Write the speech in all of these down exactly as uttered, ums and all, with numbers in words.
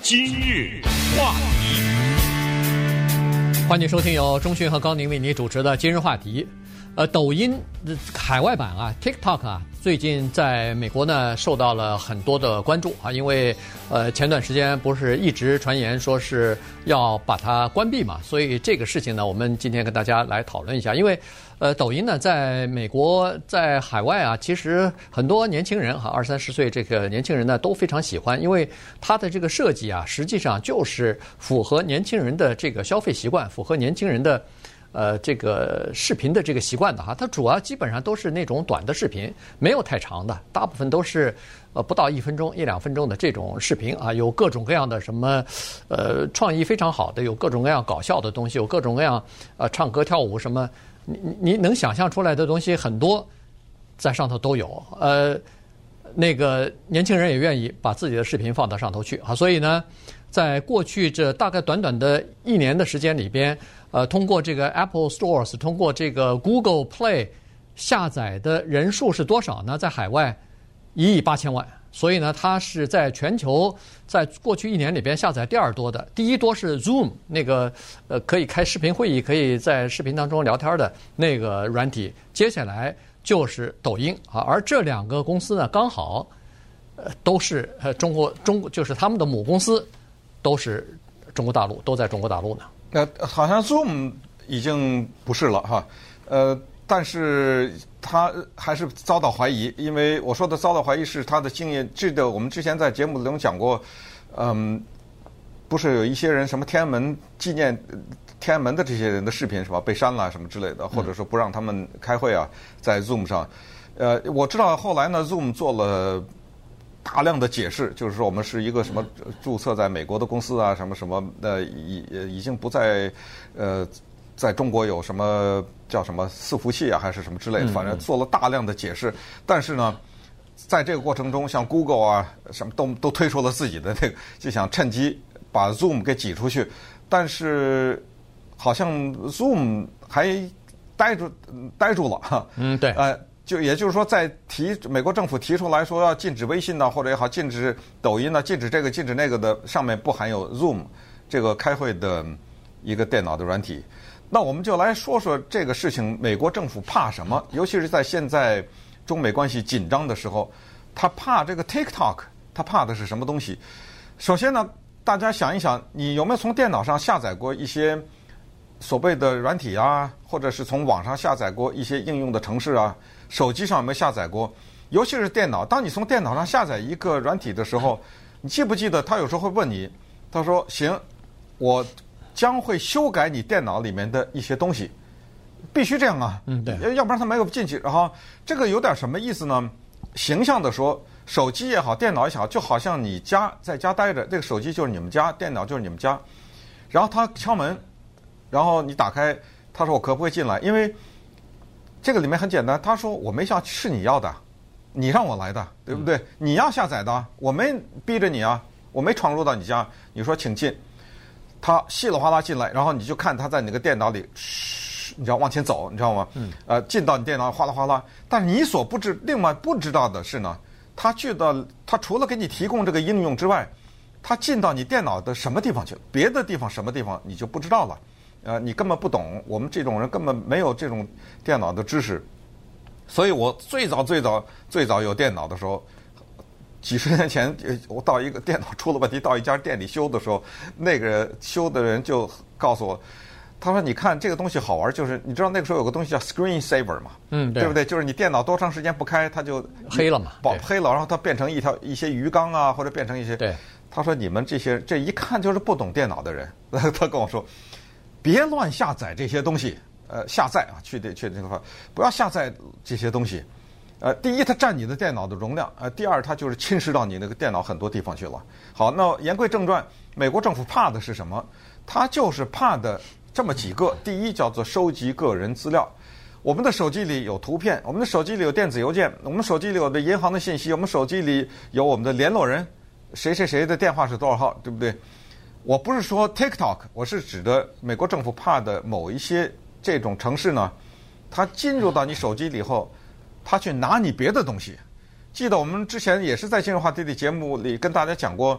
今日话题， 欢迎收听由钟迅和高宁为你主持的今日话题。呃，抖音海外版啊 ，TikTok 啊，最近在美国呢受到了很多的关注啊，因为呃前段时间不是一直传言说是要把它关闭嘛，所以这个事情呢，我们今天跟大家来讨论一下。因为呃，抖音呢在美国在海外啊，其实很多年轻人哈，二三十岁这个年轻人呢都非常喜欢，因为它的这个设计啊，实际上就是符合年轻人的这个消费习惯，符合年轻人的。呃，这个视频的这个习惯的哈，它主要基本上都是那种短的视频，没有太长的，大部分都是呃不到一分钟、一两分钟的这种视频啊，有各种各样的什么，呃，创意非常好的，有各种各样搞笑的东西，有各种各样呃唱歌跳舞什么，你你能想象出来的东西很多，在上头都有。呃，那个年轻人也愿意把自己的视频放到上头去啊，所以呢，在过去这大概短短的一年的时间里边。呃，通过这个 Apple Stores， 通过这个 Google Play 下载的人数是多少呢？在海外一亿八千万，所以呢，它是在全球在过去一年里边下载第二多的，第一多是 Zoom 那个呃可以开视频会议，可以在视频当中聊天的那个软体，接下来就是抖音啊，而这两个公司呢，刚好呃都是呃中国中国就是他们的母公司都是中国大陆，都在中国大陆呢。 呃，好像 Zoom 已经不是了哈，呃，但是他还是遭到怀疑，因为我说的遭到怀疑是他的经验。这个我们之前在节目中讲过，嗯，不是有一些人什么天安门纪念天安门的这些人的视频是吧，被删了什么之类的，或者说不让他们开会啊，在 Zoom 上。呃，我知道后来呢 ，Zoom 做了。大量的解释，就是说我们是一个什么注册在美国的公司啊，什么什么呃，已已经不在呃，在中国有什么叫什么伺服器啊，还是什么之类的，反正做了大量的解释。但是呢，在这个过程中，像 Google 啊，什么都都推出了自己的那个，就想趁机把 Zoom 给挤出去。但是好像 Zoom 还呆住呆住了哈。 嗯，对， 呃。就也就是说，在提美国政府提出来说要禁止微信呢，或者也好，禁止抖音呢，禁止这个禁止那个的，上面不含有 Zoom 这个开会的一个电脑的软体。那我们就来说说这个事情，美国政府怕什么？尤其是在现在中美关系紧张的时候，他怕这个 TikTok， 他怕的是什么东西？首先呢，大家想一想，你有没有从电脑上下载过一些所谓的软体啊，或者是从网上下载过一些应用的程式啊？手机上有没有下载过？尤其是电脑，当你从电脑上下载一个软体的时候，你记不记得他有时候会问你，他说：“行，我将会修改你电脑里面的一些东西。”必须这样啊， 嗯，对， 要不然他没有进去。然后这个有点什么意思呢？形象的说，手机也好，电脑也好，就好像你家在家待着，这个手机就是你们家，电脑就是你们家。然后他敲门，然后你打开，他说：“我可不可以进来？”因为这个里面很简单，他说我没下是你要的，你让我来的，对不对？嗯、你要下载的，我没逼着你啊，我没闯入到你家。你说请进，他稀里哗啦进来，然后你就看他在你个电脑里，你知道往前走，你知道吗？嗯。呃，进到你电脑哗啦哗啦，但是你所不知，另外不知道的是呢，他去到他除了给你提供这个应用之外，他进到你电脑的什么地方去了？别的地方什么地方你就不知道了。呃，你根本不懂，我们这种人根本没有这种电脑的知识，所以我最早最早最早有电脑的时候，几十年前，我到一个电脑出了问题，到一家店里修的时候，那个修的人就告诉我，他说：“你看这个东西好玩，就是你知道那个时候有个东西叫 screen saver 嘛， 嗯，对， 对不对？就是你电脑多长时间不开，它就黑了嘛， 保黑了，然后它变成一条一些鱼缸啊，或者变成一些。” 对， 他说：“你们这些这一看就是不懂电脑的人。”他跟我说。别乱下载这些东西，呃，下载啊，去这去这个话，不要下载这些东西。呃，第一，它占你的电脑的容量；呃，第二，它就是侵蚀到你那个电脑很多地方去了。好，那言归正传，美国政府怕的是什么？他就是怕的这么几个。第一，叫做收集个人资料。我们的手机里有图片，我们的手机里有电子邮件，我们手机里有的银行的信息，我们手机里有我们的联络人，谁谁谁的电话是多少号，对不对？我不是说 TikTok， 我是指的美国政府怕的某一些这种城市呢，它进入到你手机里后，它去拿你别的东西。记得我们之前也是在今日话题的节目里跟大家讲过，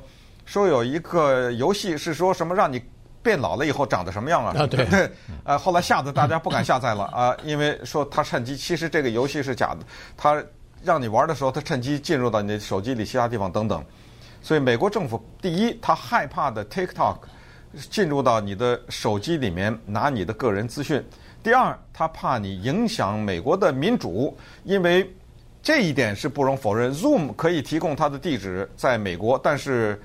说有一个游戏是说什么让你变老了以后长得什么样啊？ 啊，对对，呃，后来吓得大家不敢下载了啊，因为说他趁机，其实这个游戏是假的，他让你玩的时候，他趁机进入到你的手机里其他地方等等。所以美国政府第一，他害怕的 TikTok 进入到你的手机里面拿你的个人资讯；第二，他怕你影响美国的民主，因为这一点是不容否认 ，Zoom 可以提供它的地址在美国，但是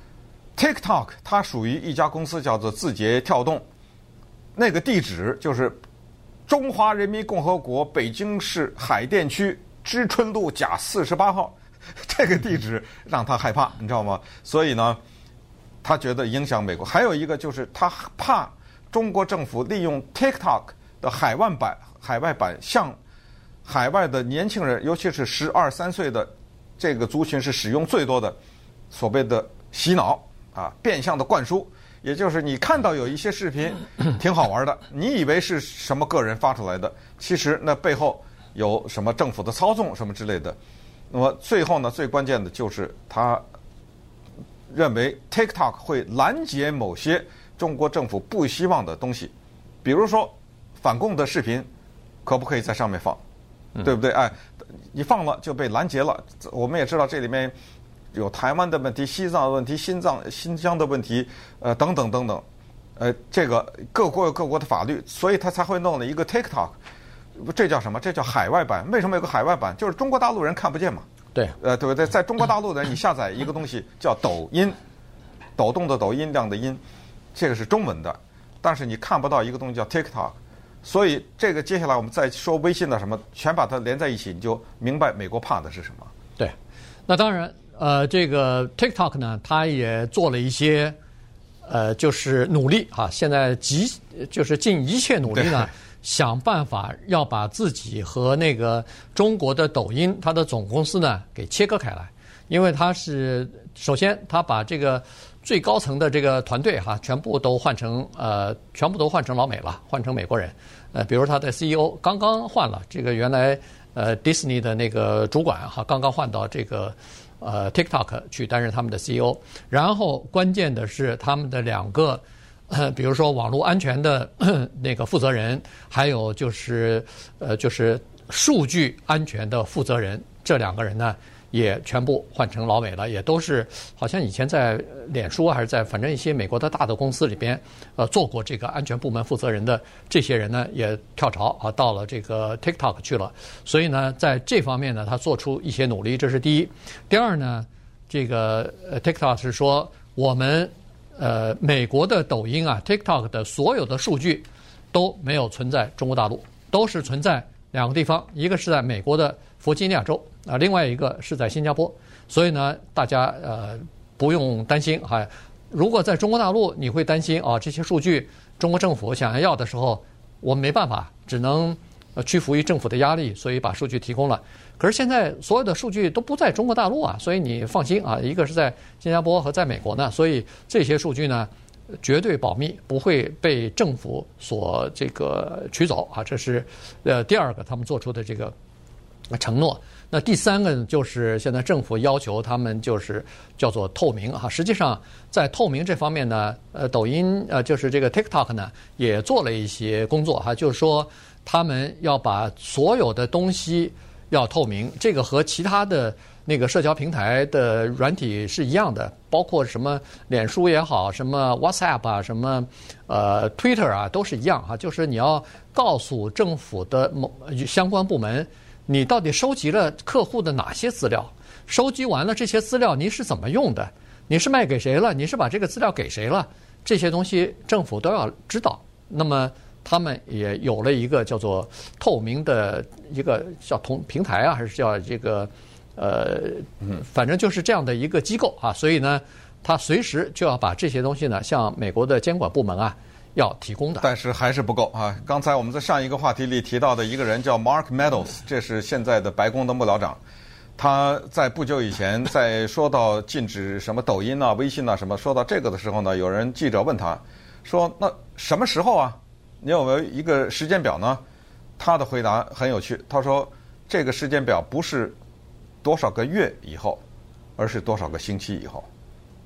TikTok 它属于一家公司叫做字节跳动，那个地址就是中华人民共和国北京市海淀区知春路甲四十八号，这个地址让他害怕，你知道吗？所以呢，他觉得影响美国。还有一个就是他怕中国政府利用 TikTok 的海外版，海外版向海外的年轻人，尤其是十二三岁的这个族群是使用最多的，所谓的洗脑啊，变相的灌输。也就是你看到有一些视频挺好玩的，你以为是什么个人发出来的，其实那背后有什么政府的操纵什么之类的。那么最后呢，最关键的就是他认为 TikTok 会拦截某些中国政府不希望的东西，比如说反共的视频可不可以在上面放，对不对？哎，你放了就被拦截了。我们也知道这里面有台湾的问题、西藏的问题、新藏、新疆的问题，呃，等等等等，呃，这个各国有各国的法律，所以他才会弄了一个 TikTok， 这叫什么？这叫海外版。为什么有个海外版？就是中国大陆人看不见嘛。 对， 呃，对不对？在中国大陆的人，你下载一个东西叫抖音，抖动的抖，音量的音，这个是中文的，但是你看不到一个东西叫 TikTok， 所以这个接下来我们再说微信的什么，全把它连在一起，你就明白美国怕的是什么。 对，那当然。呃，这个 TikTok 呢，它也做了一些，呃，就是努力啊。现在极就是尽一切努力呢，想办法要把自己和那个中国的抖音它的总公司呢给切割开来，因为它是首先它把这个最高层的这个团队哈、啊，全部都换成呃，全部都换成老美了，换成美国人。呃，比如他的 C E O 刚刚换了，这个原来呃 Disney 的那个主管哈、啊，刚刚换到这个。呃 ，TikTok 去担任他们的 C E O， 然后关键的是他们的两个，呃，比如说网络安全的那个负责人，还有就是呃，就是数据安全的负责人，这两个人呢也全部换成老美了，也都是好像以前在脸书还是在反正一些美国的大的公司里边，呃，做过这个安全部门负责人的这些人呢，也跳槽啊，到了这个 TikTok 去了。所以呢，在这方面呢，他做出一些努力，这是第一。第二呢，这个呃 TikTok 是说我们呃美国的抖音啊 ，TikTok 的所有的数据都没有存在中国大陆，都是存在两个地方，一个是在美国的弗吉尼亚州啊，另外一个是在新加坡。所以呢，大家呃不用担心哈。如果在中国大陆，你会担心啊，这些数据中国政府想要要的时候，我们没办法，只能呃屈服于政府的压力，所以把数据提供了。可是现在所有的数据都不在中国大陆啊，所以你放心啊，一个是在新加坡和在美国呢，所以这些数据呢绝对保密，不会被政府所这个取走啊。这是呃第二个他们做出的这个承诺。那第三个就是现在政府要求他们就是叫做透明哈。实际上在透明这方面呢，呃，抖音呃就是这个 TikTok 呢也做了一些工作哈，就是说他们要把所有的东西要透明，这个和其他的那个社交平台的软体是一样的，包括什么脸书也好，什么 WhatsApp 啊，什么呃 Twitter 啊，都是一样哈，就是你要告诉政府的某相关部门。你到底收集了客户的哪些资料？收集完了这些资料，你是怎么用的？你是卖给谁了？你是把这个资料给谁了？这些东西政府都要知道。那么他们也有了一个叫做透明的一个叫同平台啊，还是叫这个呃，反正就是这样的一个机构啊。所以呢，他随时就要把这些东西呢，向美国的监管部门啊。要提供的， 但是还是不够啊！刚才我们在上一个话题里提到的一个人叫 Mark Meadows， 这是现在的白宫的幕僚长。他在不久以前，在说到禁止什么抖音啊、微信啊什么，说到这个的时候呢，有人记者问他说：“那什么时候啊？你有没有一个时间表呢？”他的回答很有趣，他说：“这个时间表不是多少个月以后，而是多少个星期以后。”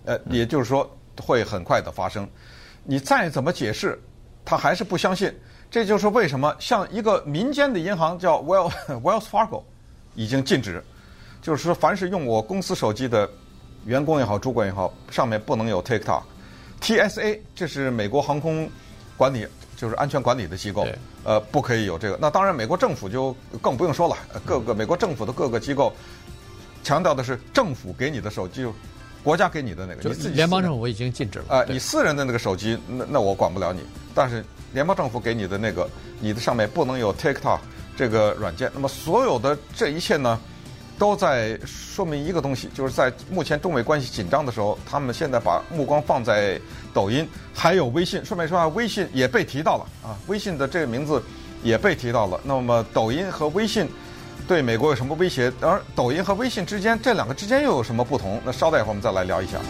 呃，也就是说会很快的发生。你再怎么解释，他还是不相信。这就是为什么像一个民间的银行叫 Wells Wells Fargo 已经禁止，就是说凡是用我公司手机的员工也好、主管也好，上面不能有 TikTok。T S A 这是美国航空管理，就是安全管理的机构，呃，不可以有这个。那当然，美国政府就更不用说了，各个美国政府的各个机构强调的是政府给你的手机，国家给你的那个，你自己联邦政府已经禁止了。 啊、呃，你私人的那个手机，那那我管不了你，但是联邦政府给你的那个，你的上面不能有 TikTok 这个软件。那么所有的这一切呢，都在说明一个东西，就是在目前中美关系紧张的时候，他们现在把目光放在抖音，还有微信。顺便说啊，微信也被提到了啊，微信的这个名字也被提到了。那么抖音和微信对美国有什么威胁？而抖音和微信之间，这两个之间又有什么不同？那稍待一会儿我们再来聊一下。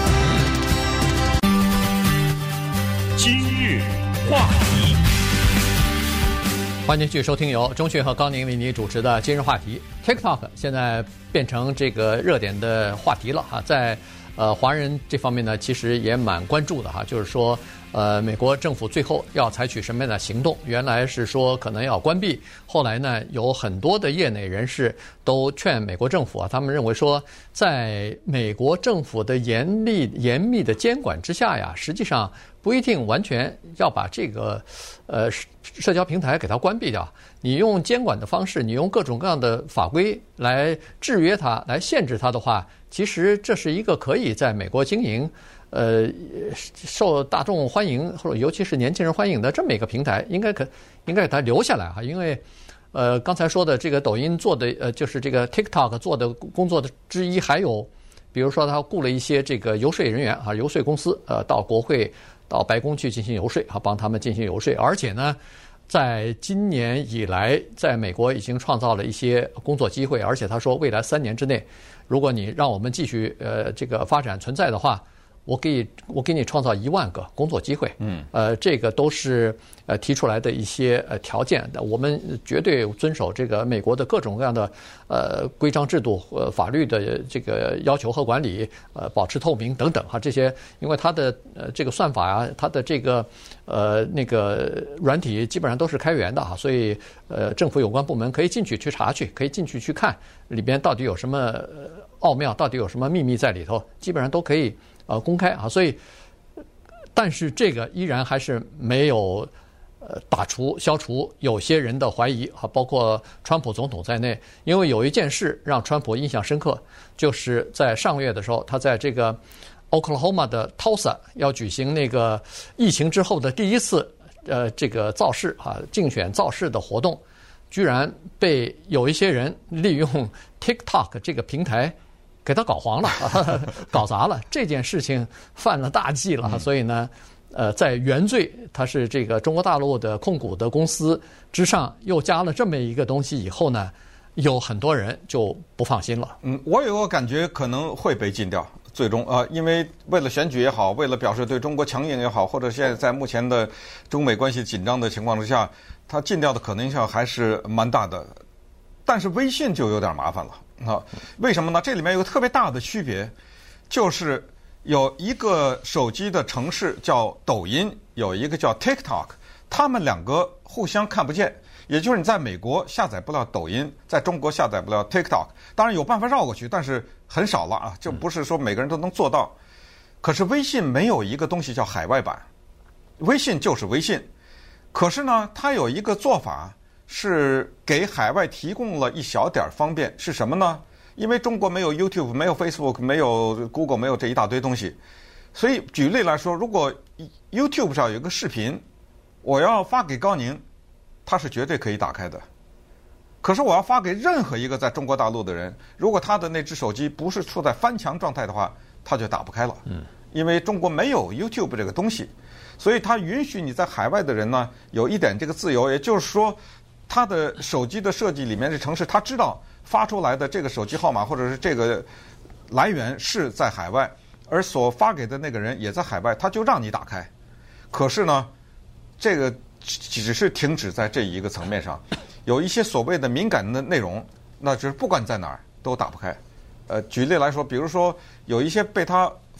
今日话题， 欢迎继续收听由钟迅和高宁为你主持的今日话题。TikTok 现在变成这个热点的话题了哈，在呃华人这方面呢，其实也蛮关注的哈，就是说呃美国政府最后要采取什么样的行动？原来是说可能要关闭，后来呢有很多的业内人士都劝美国政府啊，他们认为说，在美国政府的严厉严密的监管之下呀，实际上不一定完全要把这个呃社交平台给它关闭掉。你用监管的方式，你用各种各样的法规来制约它，来限制它的话，其实这是一个可以在美国经营，呃，受大众欢迎或者尤其是年轻人欢迎的这么一个平台，应该可应该给它留下来哈。因为呃刚才说的这个抖音做的呃就是这个 TikTok 做的工作的之一，还有比如说他雇了一些这个游说人员啊，游说公司呃到国会到白宫去进行游说啊，帮他们进行游说，而且呢。在今年以来，在美国已经创造了一些工作机会，而且他说，未来三年之内，如果你让我们继续呃这个发展存在的话，我给我给你创造一万个工作机会。嗯，呃，这个都是呃提出来的一些呃条件，我们绝对遵守这个美国的各种各样的呃规章制度、呃法律的这个要求和管理，呃保持透明等等哈，这些因为它的呃这个算法啊，它的这个呃那个软体基本上都是开源的哈，所以呃政府有关部门可以进去去查去，可以进去去看里边到底有什么呃奥妙，到底有什么秘密在里头，基本上都可以。呃，公开啊，所以，但是这个依然还是没有呃打除、消除有些人的怀疑啊，包括川普总统在内。因为有一件事让川普印象深刻，就是在上个月的时候，他在这个 Oklahoma 的 Tulsa 要举行那个疫情之后的第一次呃这个造势啊，竞选造势的活动，居然被有一些人利用 TikTok 这个平台。给他搞黄了，搞砸了，这件事情犯了大忌了，所以呢，呃，在原罪他是这个中国大陆的控股的公司之上，又加了这么一个东西以后呢，有很多人就不放心了。 嗯，我有个感觉可能会被禁掉，最终啊、呃，因为为了选举也好，为了表示对中国强硬也好，或者现在在目前的中美关系紧张的情况之下，它禁掉的可能性还是蛮大的。但是微信就有点麻烦了。啊，为什么呢？这里面有个特别大的区别，就是有一个手机的城市叫抖音，有一个叫 TikTok， 他们两个互相看不见。也就是你在美国下载不了抖音，在中国下载不了 TikTok， 当然有办法绕过去，但是很少了啊，就不是说每个人都能做到。可是微信没有一个东西叫海外版，微信就是微信。可是呢，它有一个做法。是给海外提供了一小点方便，是什么呢？因为中国没有 YouTube， 没有 Facebook， 没有 Google， 没有这一大堆东西，所以举例来说，如果 YouTube 上有一个视频，我要发给高宁，他是绝对可以打开的。可是我要发给任何一个在中国大陆的人，如果他的那只手机不是处在翻墙状态的话，他就打不开了。嗯，因为中国没有 YouTube 这个东西，所以他允许你在海外的人呢有一点这个自由，也就是说。他的手机的设计里面，这城市他知道发出来的这个手机号码或者是这个来源是在海外，而所发给的那个人也在海外，他就让你打开。可是呢，这个只是停止在这一个层面上，有一些所谓的敏感的内容，那就是不管在哪儿都打不开。呃，举例来说，比如说有一些被他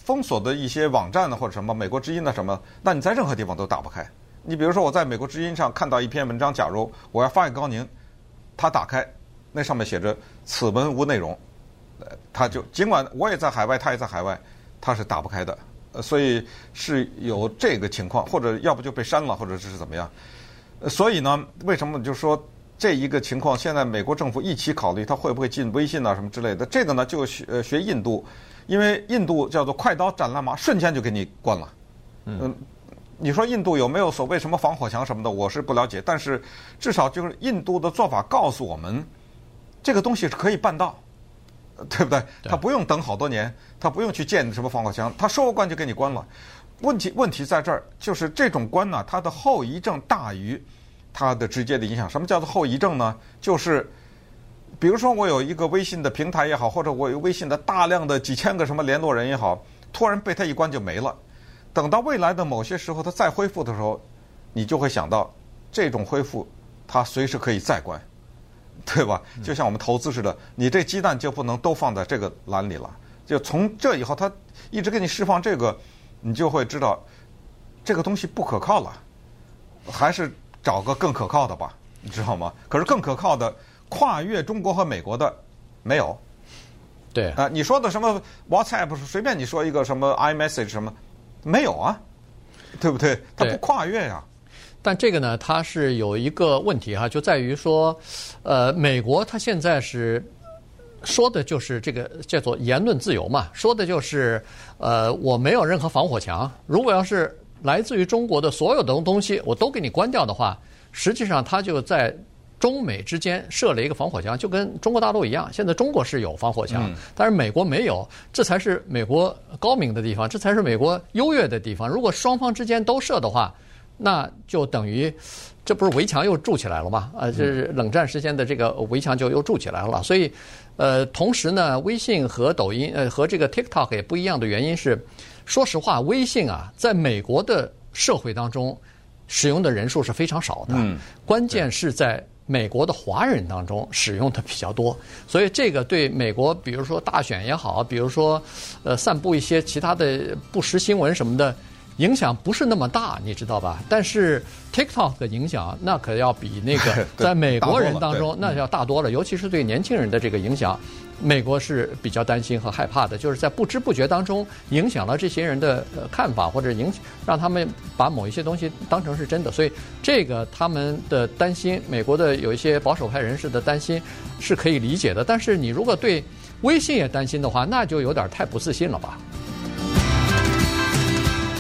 封锁的一些网站呢，或者什么美国之音的什么，那你在任何地方都打不开。你比如说我在美国之音上看到一篇文章，假如我要发给高宁，他打开，那上面写着此文无内容，他就尽管我也在海外，他也在海外，他是打不开的。所以是有这个情况，或者要不就被删了，或者是怎么样。所以呢，为什么就说这一个情况，现在美国政府一起考虑它会不会进微信啊什么之类的？这个呢，就学呃学印度，因为印度叫做快刀斩乱麻，瞬间就给你关了。嗯，你说印度有没有所谓什么防火墙什么的，我是不了解，但是至少就是印度的做法告诉我们，这个东西是可以办到。对不对？他不用等好多年，他不用去建什么防火墙，他说关就给你关了。问题问题在这儿，就是这种关呢，它的后遗症大于它的直接的影响。什么叫做后遗症呢？就是比如说我有一个微信的平台也好，或者我有微信的大量的几千个什么联络人也好，突然被他一关就没了。等到未来的某些时候它再恢复的时候，你就会想到这种恢复，它随时可以再关。对吧？就像我们投资似的，你这鸡蛋就不能都放在这个篮里了。就从这以后，他一直给你释放这个，你就会知道这个东西不可靠了，还是找个更可靠的吧，你知道吗？可是更可靠的，跨越中国和美国的没有。 对啊、呃，你说的什么 WhatsApp， 随便你说一个什么 iMessage 什么，没有啊，对不对？它不跨越呀、啊。 但这个呢，它是有一个问题哈，就在于说，呃，美国它现在是说的就是这个叫做言论自由嘛，说的就是呃，我没有任何防火墙。如果要是来自于中国的所有的东西我都给你关掉的话，实际上它就在中美之间设了一个防火墙，就跟中国大陆一样。现在中国是有防火墙，但是美国没有，这才是美国高明的地方，这才是美国优越的地方。如果双方之间都设的话，那就等于，这不是围墙又筑起来了吗？呃，这是冷战时间的这个围墙就又筑起来了。所以，呃，同时呢，微信和抖音，呃，和这个 TikTok 也不一样的原因是，说实话，微信啊，在美国的社会当中使用的人数是非常少的，嗯，关键是在美国的华人当中使用的比较多，所以这个对美国，比如说大选也好，比如说，呃，散布一些其他的不实新闻什么的。影响不是那么大，你知道吧？但是 TikTok 的影响那可要比那个在美国人当中那要大多了，尤其是对年轻人的这个影响，美国是比较担心和害怕的，就是在不知不觉当中影响了这些人的看法，或者影让他们把某一些东西当成是真的，所以这个他们的担心，美国的有一些保守派人士的担心是可以理解的。但是你如果对微信也担心的话，那就有点太不自信了吧？